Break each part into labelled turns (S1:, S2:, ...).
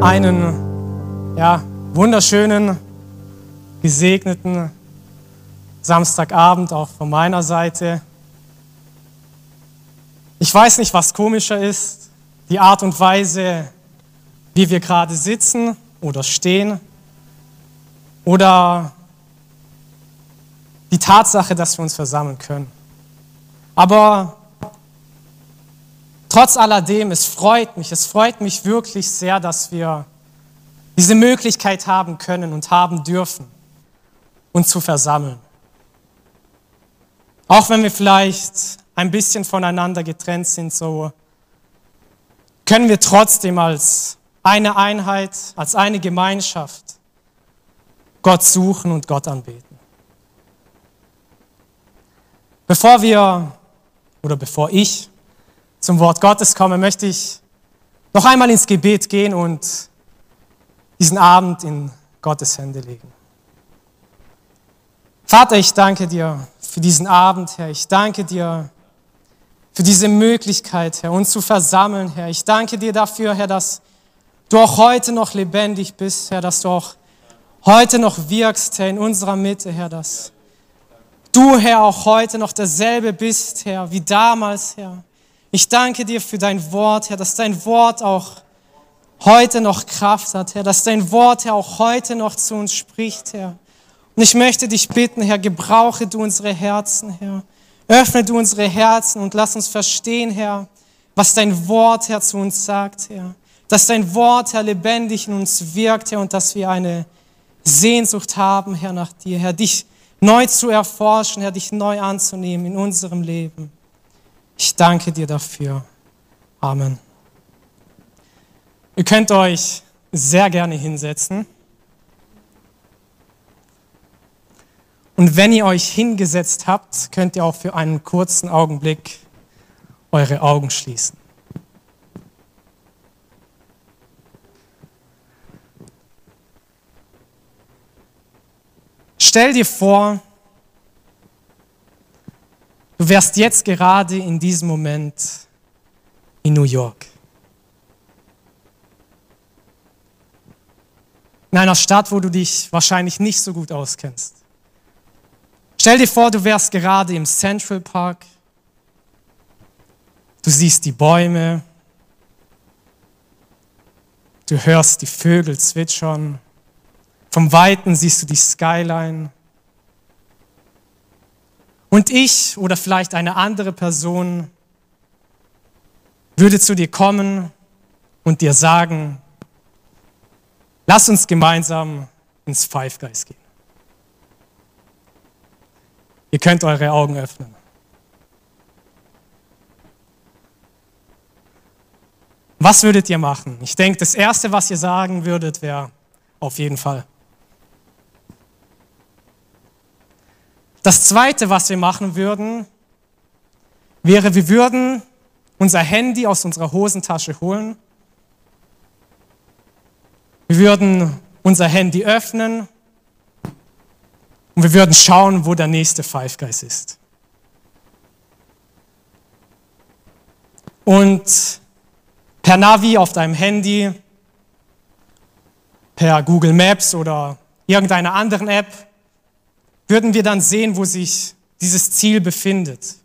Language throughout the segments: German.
S1: einen wunderschönen, gesegneten Samstagabend auch von meiner Seite. Ich weiß nicht, was komischer ist, die Art und Weise, wie wir gerade sitzen oder stehen, oder die Tatsache, dass wir uns versammeln können. Aber trotz alledem, es freut mich wirklich sehr, dass wir diese Möglichkeit haben können und haben dürfen, uns zu versammeln. Auch wenn wir vielleicht ein bisschen voneinander getrennt sind, so können wir trotzdem als eine Einheit, als eine Gemeinschaft Gott suchen und Gott anbeten. Bevor ich zum Wort Gottes komme, möchte ich noch einmal ins Gebet gehen und diesen Abend in Gottes Hände legen. Vater, ich danke dir für diesen Abend, Herr. Ich danke dir für diese Möglichkeit, Herr, uns zu versammeln, Herr. Ich danke dir dafür, Herr, dass du auch heute noch lebendig bist, Herr, dass du auch heute noch wirkst, Herr, in unserer Mitte, Herr, dass du, Herr, auch heute noch derselbe bist, Herr, wie damals, Herr. Ich danke dir für dein Wort, Herr, dass dein Wort auch heute noch Kraft hat, Herr, dass dein Wort, Herr, auch heute noch zu uns spricht, Herr. Und ich möchte dich bitten, Herr, gebrauche du unsere Herzen, Herr. Öffne du unsere Herzen und lass uns verstehen, Herr, was dein Wort, Herr, zu uns sagt, Herr. Dass dein Wort, Herr, lebendig in uns wirkt, Herr, und dass wir eine Sehnsucht haben, Herr, nach dir, Herr, dich neu zu erforschen, Herr, dich neu anzunehmen in unserem Leben. Ich danke dir dafür. Amen. Ihr könnt euch sehr gerne hinsetzen. Und wenn ihr euch hingesetzt habt, könnt ihr auch für einen kurzen Augenblick eure Augen schließen. Stell dir vor, du wärst jetzt gerade in diesem Moment in New York. In einer Stadt, wo du dich wahrscheinlich nicht so gut auskennst. Stell dir vor, du wärst gerade im Central Park. Du siehst die Bäume. Du hörst die Vögel zwitschern. Vom Weiten siehst du die Skyline. Und ich oder vielleicht eine andere Person würde zu dir kommen und dir sagen, lass uns gemeinsam ins Five Guys gehen. Ihr könnt eure Augen öffnen. Was würdet ihr machen? Ich denke, das Erste, was ihr sagen würdet, wäre auf jeden Fall. Das Zweite, was wir machen würden, wäre, wir würden unser Handy aus unserer Hosentasche holen. Wir würden unser Handy öffnen und wir würden schauen, wo der nächste Five Guys ist. Und per Navi auf deinem Handy, per Google Maps oder irgendeiner anderen App, würden wir dann sehen, wo sich dieses Ziel befindet.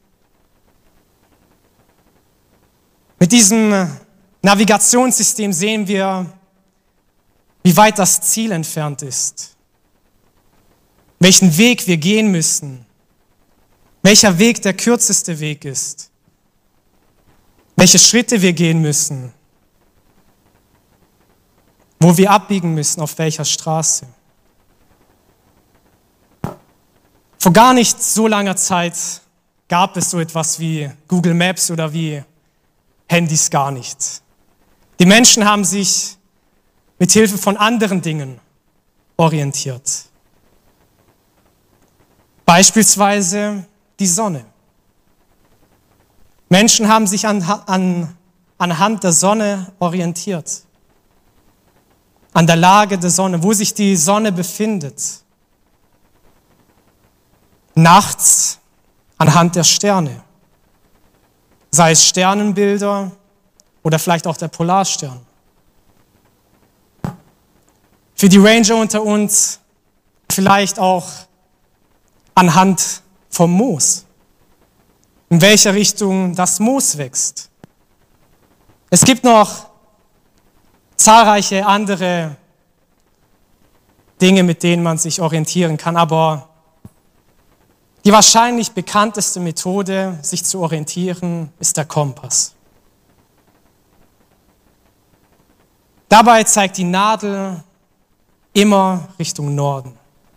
S1: Mit diesem Navigationssystem sehen wir, wie weit das Ziel entfernt ist, welchen Weg wir gehen müssen, welcher Weg der kürzeste Weg ist, welche Schritte wir gehen müssen, wo wir abbiegen müssen, auf welcher Straße. Vor gar nicht so langer Zeit gab es so etwas wie Google Maps oder wie Handys gar nicht. Die Menschen haben sich mit Hilfe von anderen Dingen orientiert. Beispielsweise die Sonne. Menschen haben sich anhand der Sonne orientiert. An der Lage der Sonne, wo sich die Sonne befindet. Nachts anhand der Sterne. Sei es Sternenbilder oder vielleicht auch der Polarstern. Für die Ranger unter uns vielleicht auch anhand vom Moos. In welcher Richtung das Moos wächst. Es gibt noch zahlreiche andere Dinge, mit denen man sich orientieren kann, aber die wahrscheinlich bekannteste Methode, sich zu orientieren, ist der Kompass. Dabei zeigt die Nadel immer Richtung Norden.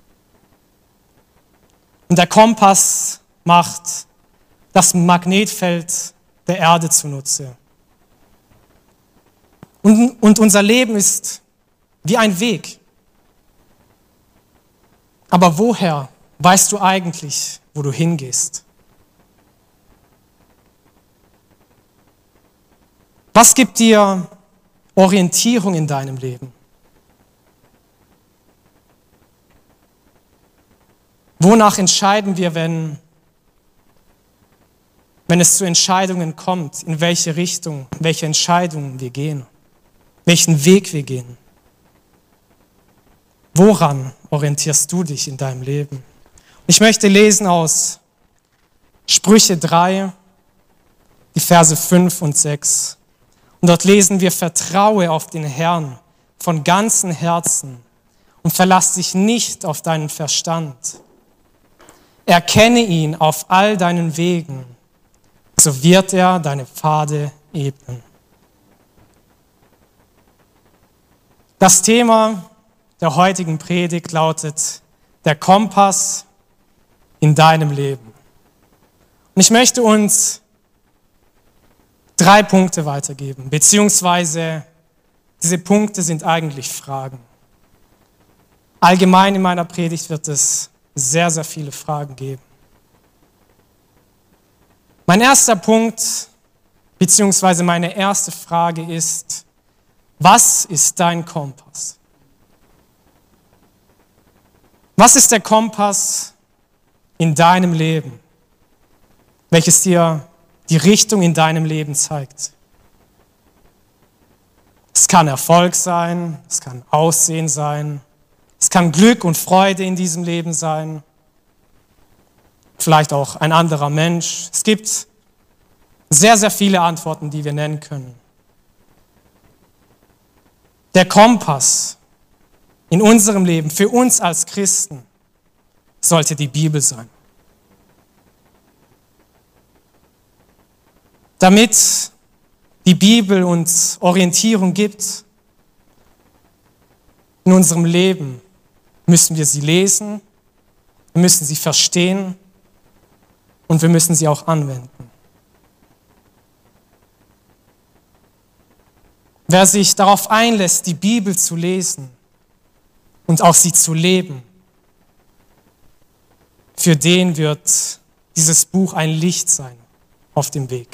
S1: Und der Kompass macht das Magnetfeld der Erde zunutze. Und unser Leben ist wie ein Weg. Aber woher weißt du eigentlich, wo du hingehst? Was gibt dir Orientierung in deinem Leben? Wonach entscheiden wir, wenn es zu Entscheidungen kommt, in welche Richtung, welche Entscheidungen wir gehen, welchen Weg wir gehen? Woran orientierst du dich in deinem Leben? Ich möchte lesen aus Sprüche 3, die Verse 5 und 6. Und dort lesen wir: Vertraue auf den Herrn von ganzem Herzen und verlass dich nicht auf deinen Verstand. Erkenne ihn auf all deinen Wegen, so wird er deine Pfade ebnen. Das Thema der heutigen Predigt lautet: der Kompass in deinem Leben. Und ich möchte uns 3 Punkte weitergeben, beziehungsweise diese Punkte sind eigentlich Fragen. Allgemein in meiner Predigt wird es sehr, sehr viele Fragen geben. Mein erster Punkt, beziehungsweise meine erste Frage ist: Was ist dein Kompass? Was ist der Kompass in deinem Leben, welches dir die Richtung in deinem Leben zeigt? Es kann Erfolg sein, es kann Aussehen sein, es kann Glück und Freude in diesem Leben sein, vielleicht auch ein anderer Mensch. Es gibt sehr, sehr viele Antworten, die wir nennen können. Der Kompass in unserem Leben, für uns als Christen, sollte die Bibel sein. Damit die Bibel uns Orientierung gibt in unserem Leben, müssen wir sie lesen, wir müssen sie verstehen und wir müssen sie auch anwenden. Wer sich darauf einlässt, die Bibel zu lesen und auch sie zu leben, für den wird dieses Buch ein Licht sein auf dem Weg.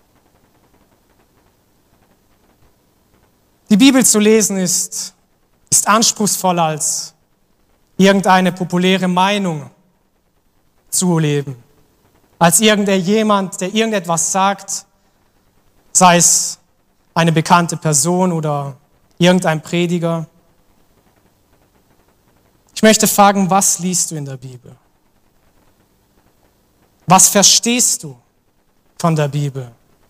S1: Die Bibel zu lesen ist anspruchsvoller als irgendeine populäre Meinung zu leben, als jemand, der irgendetwas sagt, sei es eine bekannte Person oder irgendein Prediger. Ich möchte fragen, was liest du in der Bibel? Was verstehst du von der Bibel?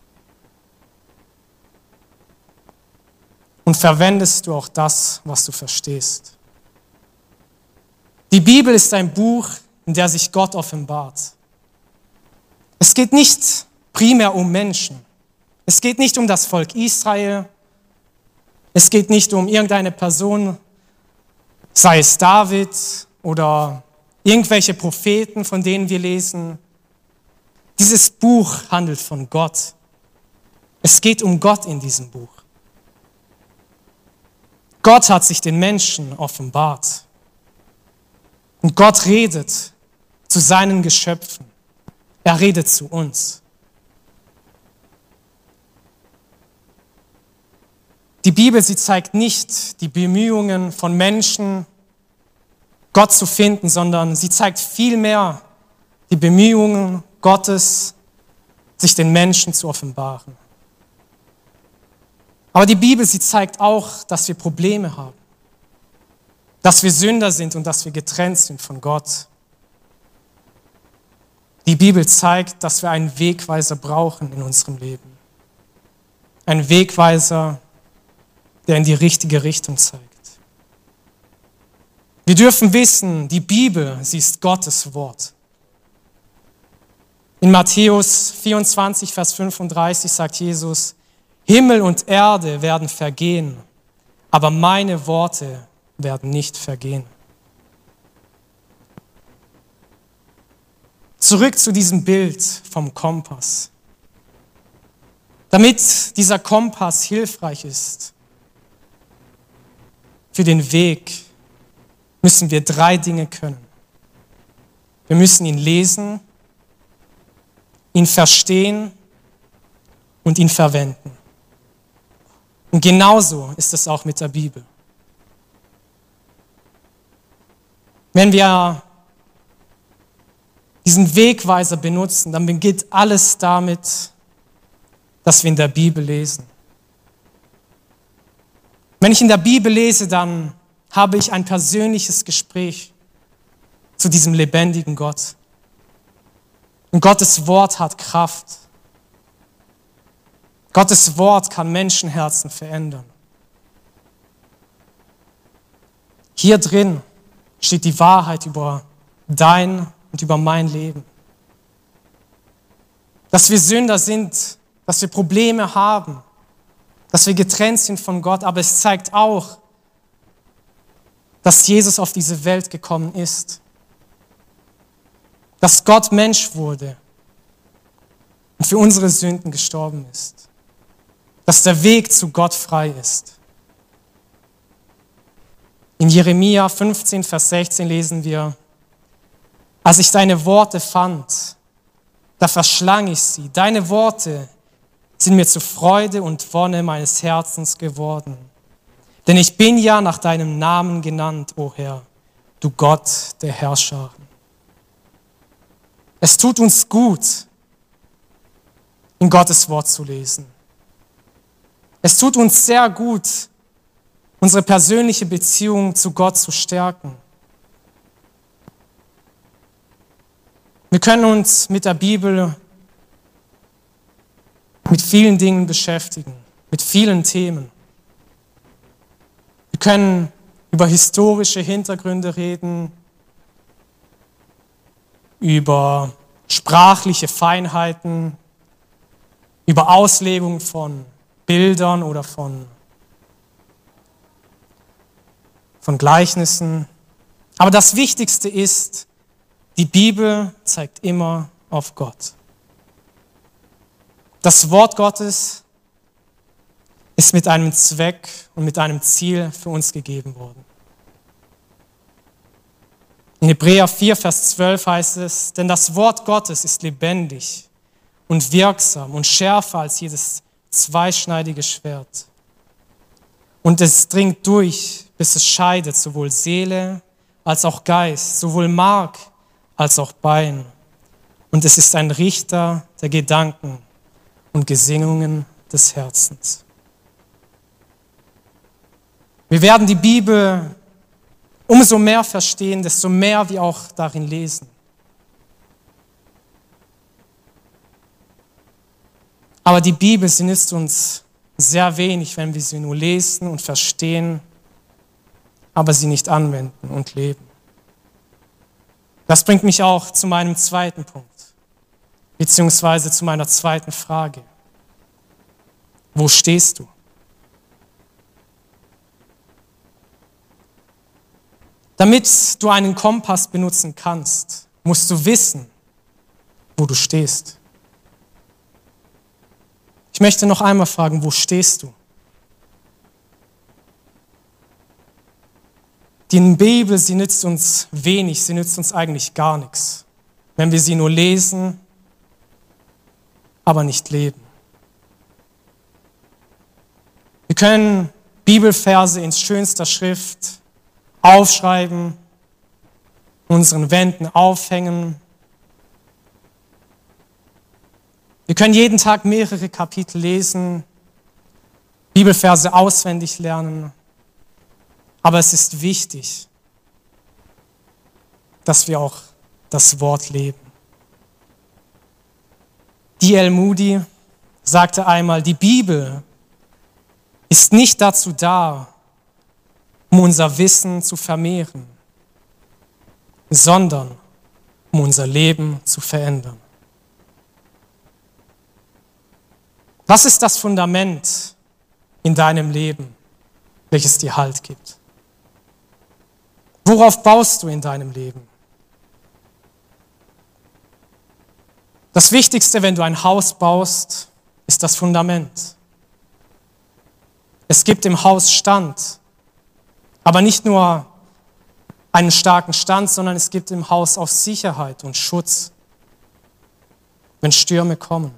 S1: Und verwendest du auch das, was du verstehst? Die Bibel ist ein Buch, in der sich Gott offenbart. Es geht nicht primär um Menschen. Es geht nicht um das Volk Israel. Es geht nicht um irgendeine Person, sei es David oder irgendwelche Propheten, von denen wir lesen. Dieses Buch handelt von Gott. Es geht um Gott in diesem Buch. Gott hat sich den Menschen offenbart. Und Gott redet zu seinen Geschöpfen. Er redet zu uns. Die Bibel, sie zeigt nicht die Bemühungen von Menschen, Gott zu finden, sondern sie zeigt vielmehr die Bemühungen Gottes, sich den Menschen zu offenbaren. Aber die Bibel, sie zeigt auch, dass wir Probleme haben. dass wir Sünder sind und dass wir getrennt sind von Gott. Die Bibel zeigt, dass wir einen Wegweiser brauchen in unserem Leben. Ein Wegweiser, der in die richtige Richtung zeigt. Wir dürfen wissen, die Bibel, sie ist Gottes Wort. In Matthäus 24, Vers 35 sagt Jesus, Himmel und Erde werden vergehen, aber meine Worte werden nicht vergehen. Zurück zu diesem Bild vom Kompass. Damit dieser Kompass hilfreich ist für den Weg, müssen wir 3 Dinge können. Wir müssen ihn lesen, ihn verstehen und ihn verwenden. Und genauso ist es auch mit der Bibel. Wenn wir diesen Wegweiser benutzen, dann beginnt alles damit, dass wir in der Bibel lesen. Wenn ich in der Bibel lese, dann habe ich ein persönliches Gespräch zu diesem lebendigen Gott. Und Gottes Wort hat Kraft. Gottes Wort kann Menschenherzen verändern. Hier drin steht die Wahrheit über dein und über mein Leben. Dass wir Sünder sind, dass wir Probleme haben, dass wir getrennt sind von Gott, aber es zeigt auch, dass Jesus auf diese Welt gekommen ist. Dass Gott Mensch wurde und für unsere Sünden gestorben ist. Dass der Weg zu Gott frei ist. In Jeremia 15, Vers 16 lesen wir, als ich deine Worte fand, da verschlang ich sie. Deine Worte sind mir zur Freude und Wonne meines Herzens geworden. Denn ich bin ja nach deinem Namen genannt, o Herr, du Gott der Herrscharen. Es tut uns gut, in Gottes Wort zu lesen. Es tut uns sehr gut, unsere persönliche Beziehung zu Gott zu stärken. Wir können uns mit der Bibel mit vielen Dingen beschäftigen, mit vielen Themen. Wir können über historische Hintergründe reden, über sprachliche Feinheiten, über Auslegung von Bildern oder von Gleichnissen. Aber das Wichtigste ist, die Bibel zeigt immer auf Gott. Das Wort Gottes ist mit einem Zweck und mit einem Ziel für uns gegeben worden. In Hebräer 4, Vers 12 heißt es, denn das Wort Gottes ist lebendig und wirksam und schärfer als jedes zweischneidige Schwert. Und es dringt durch, bis es scheidet, sowohl Seele als auch Geist, sowohl Mark als auch Bein. Und es ist ein Richter der Gedanken und Gesinnungen des Herzens. Wir werden die Bibel umso mehr verstehen, desto mehr wir auch darin lesen. Aber die Bibel, sie nützt uns sehr wenig, wenn wir sie nur lesen und verstehen, aber sie nicht anwenden und leben. Das bringt mich auch zu meinem zweiten Punkt, beziehungsweise zu meiner zweiten Frage. Wo stehst du? Damit du einen Kompass benutzen kannst, musst du wissen, wo du stehst. Ich möchte noch einmal fragen, wo stehst du? Die Bibel, sie nützt uns wenig, sie nützt uns eigentlich gar nichts, wenn wir sie nur lesen, aber nicht leben. Wir können Bibelverse in schönster Schrift aufschreiben, unseren Wänden aufhängen. Wir können jeden Tag mehrere Kapitel lesen, Bibelverse auswendig lernen. Aber es ist wichtig, dass wir auch das Wort leben. D.L. Moody sagte einmal, die Bibel ist nicht dazu da, um unser Wissen zu vermehren, sondern um unser Leben zu verändern. Was ist das Fundament in deinem Leben, welches dir Halt gibt? Worauf baust du in deinem Leben? Das Wichtigste, wenn du ein Haus baust, ist das Fundament. Es gibt im Haus Stand, aber nicht nur einen starken Stand, sondern es gibt im Haus auch Sicherheit und Schutz, wenn Stürme kommen.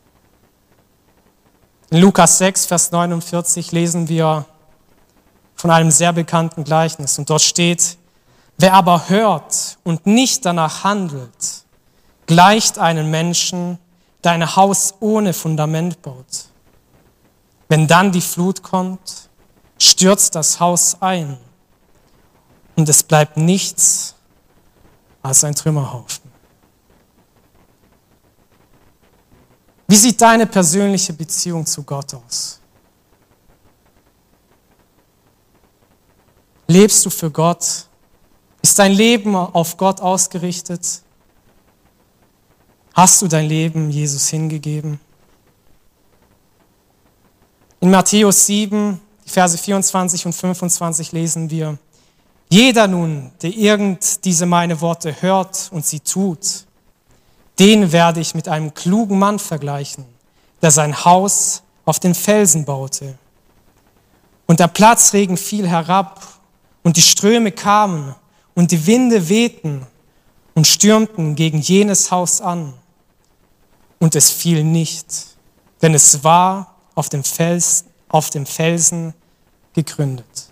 S1: In Lukas 6, Vers 49 lesen wir von einem sehr bekannten Gleichnis und dort steht, wer aber hört und nicht danach handelt, gleicht einem Menschen, der ein Haus ohne Fundament baut. Wenn dann die Flut kommt, stürzt das Haus ein und es bleibt nichts als ein Trümmerhaufen. Wie sieht deine persönliche Beziehung zu Gott aus? Lebst du für Gott? Ist dein Leben auf Gott ausgerichtet? Hast du dein Leben Jesus hingegeben? In Matthäus 7, die Verse 24 und 25 lesen wir, jeder nun, der irgend diese meine Worte hört und sie tut, den werde ich mit einem klugen Mann vergleichen, der sein Haus auf den Felsen baute. Und der Platzregen fiel herab und die Ströme kamen und die Winde wehten und stürmten gegen jenes Haus an. Und es fiel nicht, denn es war auf dem Felsen gegründet.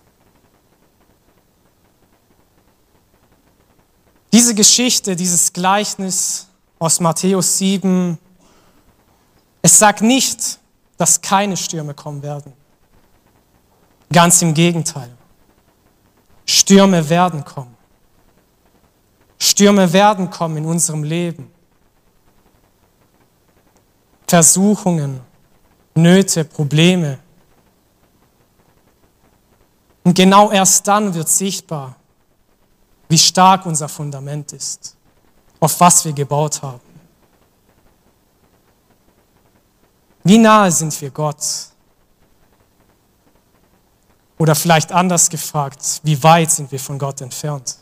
S1: Diese Geschichte, dieses Gleichnis aus Matthäus 7, es sagt nicht, dass keine Stürme kommen werden. Ganz im Gegenteil. Stürme werden kommen. Stürme werden kommen in unserem Leben. Versuchungen, Nöte, Probleme. Und genau erst dann wird sichtbar, wie stark unser Fundament ist, auf was wir gebaut haben. Wie nahe sind wir Gott? Oder vielleicht anders gefragt, wie weit sind wir von Gott entfernt?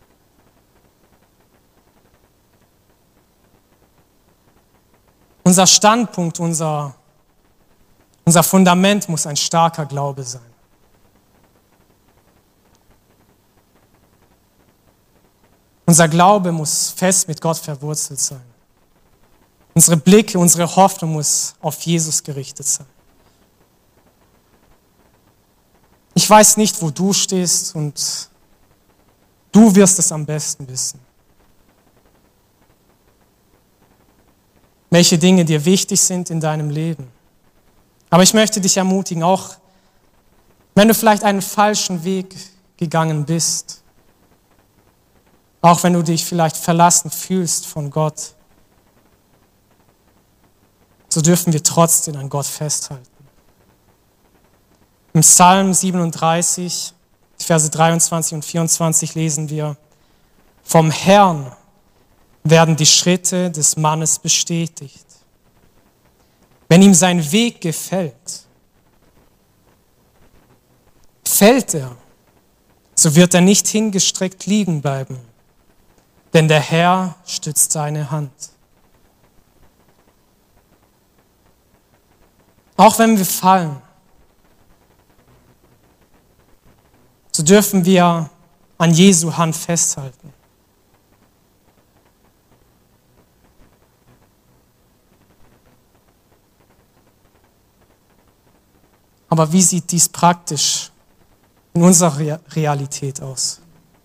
S1: Unser Standpunkt, unser Fundament muss ein starker Glaube sein. Unser Glaube muss fest mit Gott verwurzelt sein. Unsere Blicke, unsere Hoffnung muss auf Jesus gerichtet sein. Ich weiß nicht, wo du stehst und du wirst es am besten wissen. Welche Dinge dir wichtig sind in deinem Leben. Aber ich möchte dich ermutigen, auch wenn du vielleicht einen falschen Weg gegangen bist, auch wenn du dich vielleicht verlassen fühlst von Gott, so dürfen wir trotzdem an Gott festhalten. Im Psalm 37, Verse 23 und 24 lesen wir, vom Herrn werden die Schritte des Mannes bestätigt. Wenn ihm sein Weg gefällt, fällt er, so wird er nicht hingestreckt liegen bleiben, denn der Herr stützt seine Hand. Auch wenn wir fallen, so dürfen wir an Jesu Hand festhalten. Aber wie sieht dies praktisch in unserer Realität aus?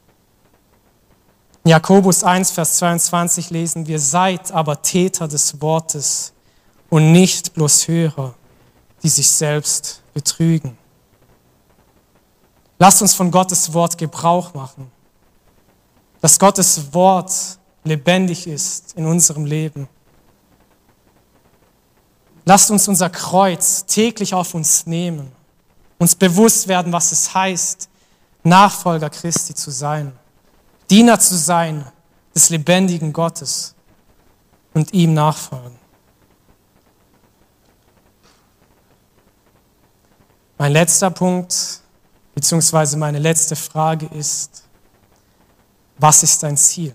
S1: In Jakobus 1, Vers 22 lesen wir, seid aber Täter des Wortes und nicht bloß Hörer, die sich selbst betrügen. Lasst uns von Gottes Wort Gebrauch machen. dass Gottes Wort lebendig ist in unserem Leben. Lasst uns unser Kreuz täglich auf uns nehmen, uns bewusst werden, was es heißt, Nachfolger Christi zu sein, Diener zu sein des lebendigen Gottes und ihm nachfolgen. Mein letzter Punkt, beziehungsweise meine letzte Frage ist: Was ist dein Ziel?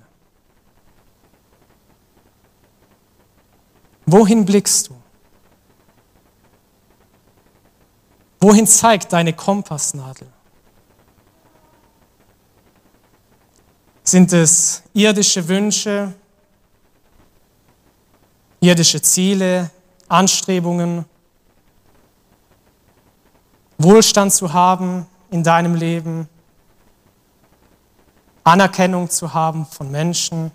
S1: Wohin blickst du? Wohin zeigt deine Kompassnadel? Sind es irdische Wünsche, irdische Ziele, Anstrebungen, Wohlstand zu haben in deinem Leben, Anerkennung zu haben von Menschen,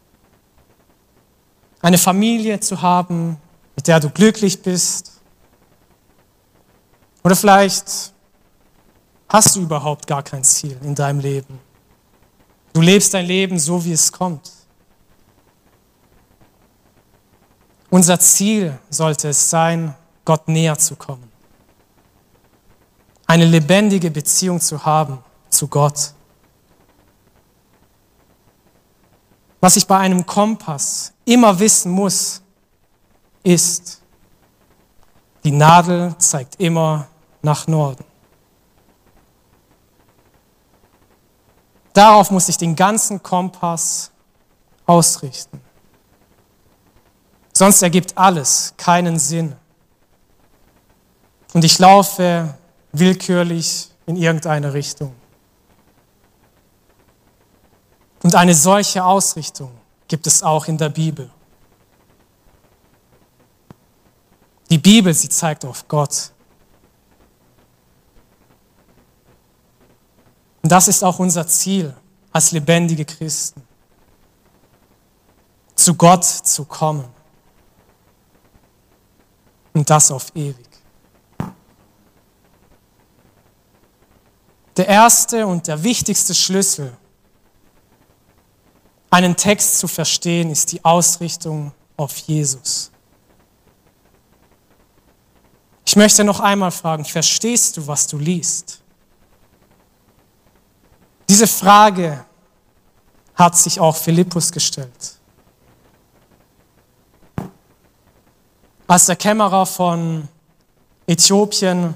S1: eine Familie zu haben, mit der du glücklich bist? Oder vielleicht hast du überhaupt gar kein Ziel in deinem Leben. Du lebst dein Leben so, wie es kommt. Unser Ziel sollte es sein, Gott näher zu kommen. Eine lebendige Beziehung zu haben zu Gott. Was ich bei einem Kompass immer wissen muss, ist, die Nadel zeigt immer nach Norden. Darauf muss ich den ganzen Kompass ausrichten. Sonst ergibt alles keinen Sinn. Und ich laufe willkürlich in irgendeine Richtung. Und eine solche Ausrichtung gibt es auch in der Bibel. Die Bibel, sie zeigt auf Gott. Und das ist auch unser Ziel als lebendige Christen. Zu Gott zu kommen. Und das auf ewig. Der erste und der wichtigste Schlüssel, einen Text zu verstehen, ist die Ausrichtung auf Jesus. Ich möchte noch einmal fragen, verstehst du, was du liest? Diese Frage hat sich auch Philippus gestellt. Als der Kämmerer von Äthiopien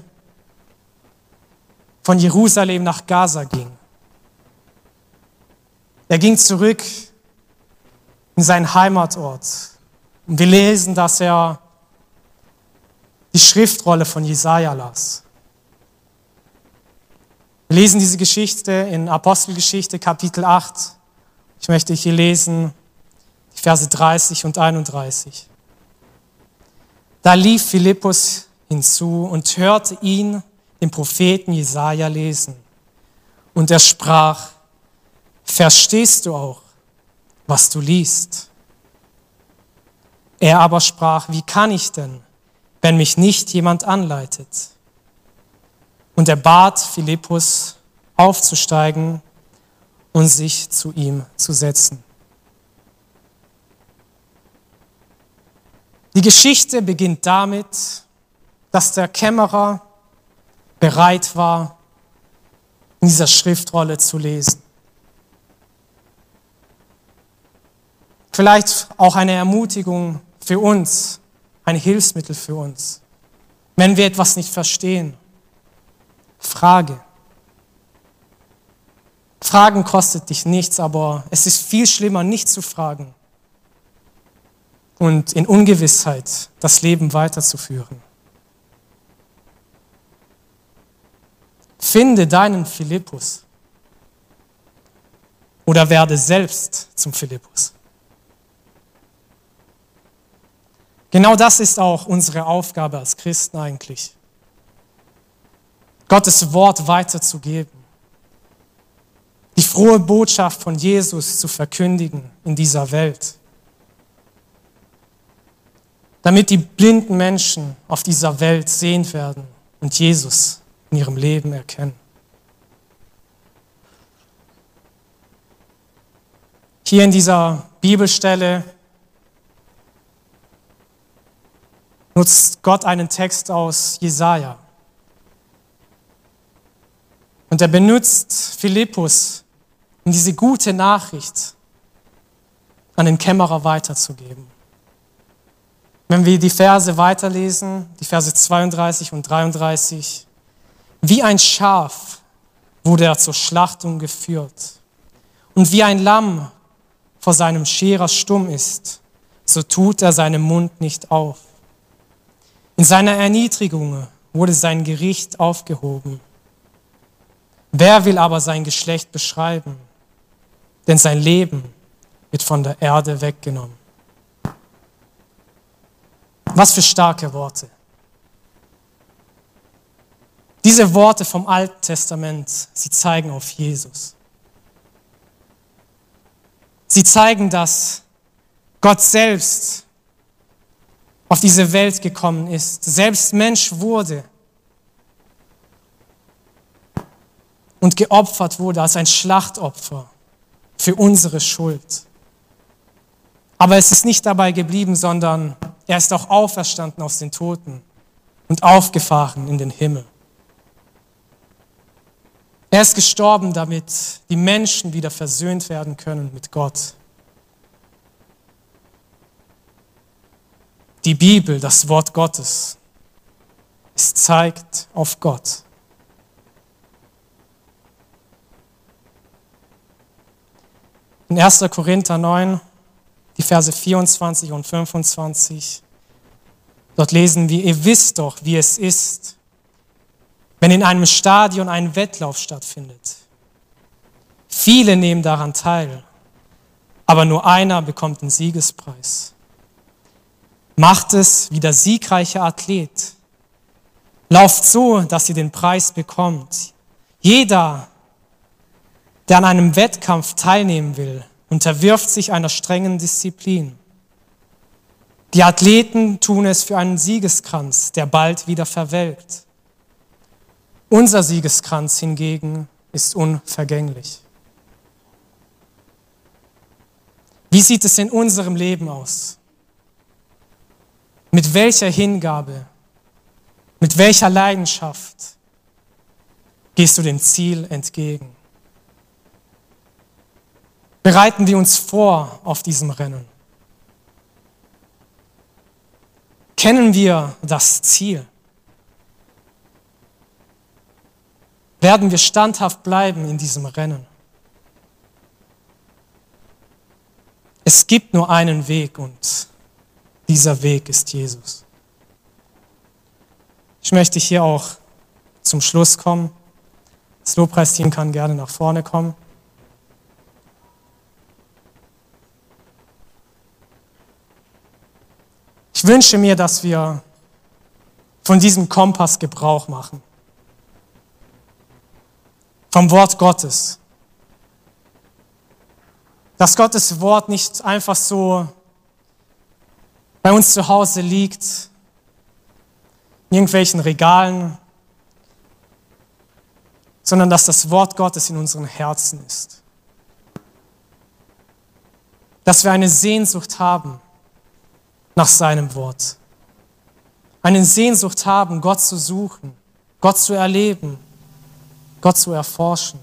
S1: von Jerusalem nach Gaza ging. Er ging zurück in seinen Heimatort. Und wir lesen, dass er die Schriftrolle von Jesaja las. Wir lesen diese Geschichte in Apostelgeschichte Kapitel 8. Ich möchte hier lesen, die Verse 30 und 31. Da lief Philippus hinzu und hörte ihn, den Propheten Jesaja, lesen. Und er sprach: Verstehst du auch, was du liest? Er aber sprach: Wie kann ich denn, wenn mich nicht jemand anleitet? Und er bat Philippus, aufzusteigen und sich zu ihm zu setzen. Die Geschichte beginnt damit, dass der Kämmerer bereit war, in dieser Schriftrolle zu lesen. Vielleicht auch eine Ermutigung für uns, ein Hilfsmittel für uns. Wenn wir etwas nicht verstehen, frage. Fragen kostet dich nichts, aber es ist viel schlimmer, nicht zu fragen und in Ungewissheit das Leben weiterzuführen. Finde deinen Philippus oder werde selbst zum Philippus. Genau das ist auch unsere Aufgabe als Christen eigentlich. Gottes Wort weiterzugeben. Die frohe Botschaft von Jesus zu verkündigen in dieser Welt. Damit die blinden Menschen auf dieser Welt sehen werden und Jesus in ihrem Leben erkennen. Hier in dieser Bibelstelle nutzt Gott einen Text aus Jesaja. Und er benutzt Philippus, um diese gute Nachricht an den Kämmerer weiterzugeben. Wenn wir die Verse weiterlesen, die Verse 32 und 33, wie ein Schaf wurde er zur Schlachtung geführt. Und wie ein Lamm vor seinem Scherer stumm ist, so tut er seinen Mund nicht auf. In seiner Erniedrigung wurde sein Gericht aufgehoben. Wer will aber sein Geschlecht beschreiben? Denn sein Leben wird von der Erde weggenommen. Was für starke Worte. Diese Worte vom Alten Testament, sie zeigen auf Jesus. Sie zeigen, dass Gott selbst auf diese Welt gekommen ist, selbst Mensch wurde und geopfert wurde als ein Schlachtopfer für unsere Schuld. Aber es ist nicht dabei geblieben, sondern er ist auch auferstanden aus den Toten und aufgefahren in den Himmel. Er ist gestorben, damit die Menschen wieder versöhnt werden können mit Gott. Die Bibel, das Wort Gottes, es zeigt auf Gott. In 1. Korinther 9, die Verse 24 und 25, dort lesen wir, ihr wisst doch, wie es ist, wenn in einem Stadion ein Wettlauf stattfindet. Viele nehmen daran teil, aber nur einer bekommt den Siegespreis. Macht es wie der siegreiche Athlet. Lauft so, dass ihr den Preis bekommt. Jeder, der an einem Wettkampf teilnehmen will, unterwirft sich einer strengen Disziplin. Die Athleten tun es für einen Siegeskranz, der bald wieder verwelkt. Unser Siegeskranz hingegen ist unvergänglich. Wie sieht es in unserem Leben aus? Mit welcher Hingabe, mit welcher Leidenschaft gehst du dem Ziel entgegen? Bereiten wir uns vor auf diesem Rennen? Kennen wir das Ziel? Werden wir standhaft bleiben in diesem Rennen? Es gibt nur einen Weg und dieser Weg ist Jesus. Ich möchte hier auch zum Schluss kommen. Das Lobpreisteam kann gerne nach vorne kommen. Ich wünsche mir, dass wir von diesem Kompass Gebrauch machen. Vom Wort Gottes. Dass Gottes Wort nicht einfach so bei uns zu Hause liegt, in irgendwelchen Regalen, sondern dass das Wort Gottes in unseren Herzen ist. Dass wir eine Sehnsucht haben nach seinem Wort. Eine Sehnsucht haben, Gott zu suchen, Gott zu erleben, Gott zu erforschen.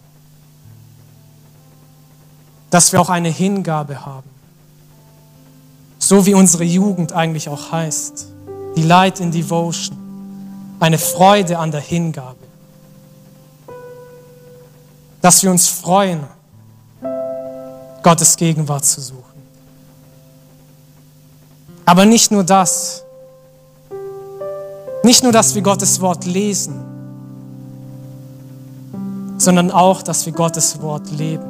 S1: Dass wir auch eine Hingabe haben. So wie unsere Jugend eigentlich auch heißt. Delight in Devotion. Eine Freude an der Hingabe. Dass wir uns freuen, Gottes Gegenwart zu suchen. Aber nicht nur das. Nicht nur, dass wir Gottes Wort lesen, sondern auch, dass wir Gottes Wort leben.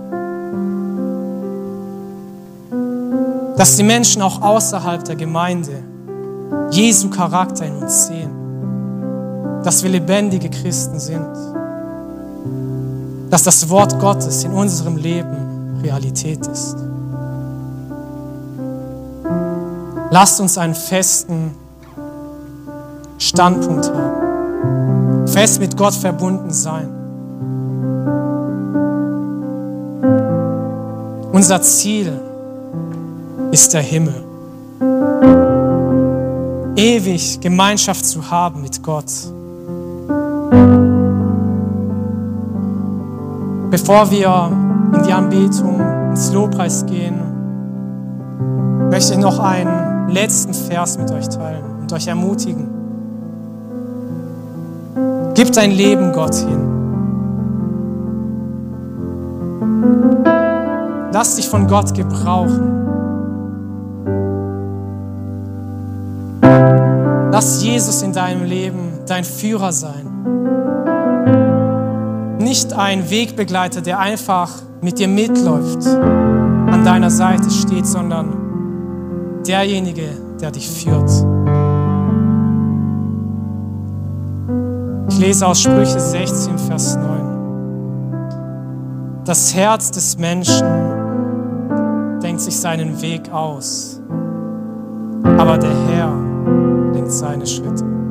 S1: Dass die Menschen auch außerhalb der Gemeinde Jesu Charakter in uns sehen. Dass wir lebendige Christen sind. Dass das Wort Gottes in unserem Leben Realität ist. Lasst uns einen festen Standpunkt haben. Fest mit Gott verbunden sein. Unser Ziel ist der Himmel. Ewig Gemeinschaft zu haben mit Gott. Bevor wir in die Anbetung, ins Lobpreis gehen, möchte ich noch einen letzten Vers mit euch teilen und euch ermutigen. Gib dein Leben Gott hin. Lass dich von Gott gebrauchen. Lass Jesus in deinem Leben dein Führer sein. Nicht ein Wegbegleiter, der einfach mit dir mitläuft, an deiner Seite steht, sondern derjenige, der dich führt. Ich lese aus Sprüche 16, Vers 9. Das Herz des Menschen denkt sich seinen Weg aus, aber der Herr lenkt seine Schritte.